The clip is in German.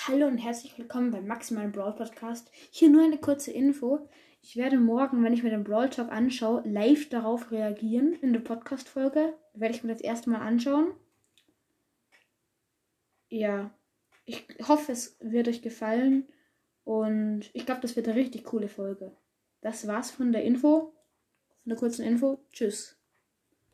Hallo und herzlich willkommen beim Maximalen Brawl Podcast. Hier nur eine kurze Info. Ich werde morgen, wenn ich mir den Brawl Talk anschaue, live darauf reagieren in der Podcast-Folge. Werde ich mir das erste Mal anschauen. Ja, ich hoffe, es wird euch gefallen und ich glaube, das wird eine richtig coole Folge. Das war's von der kurzen Info. Tschüss.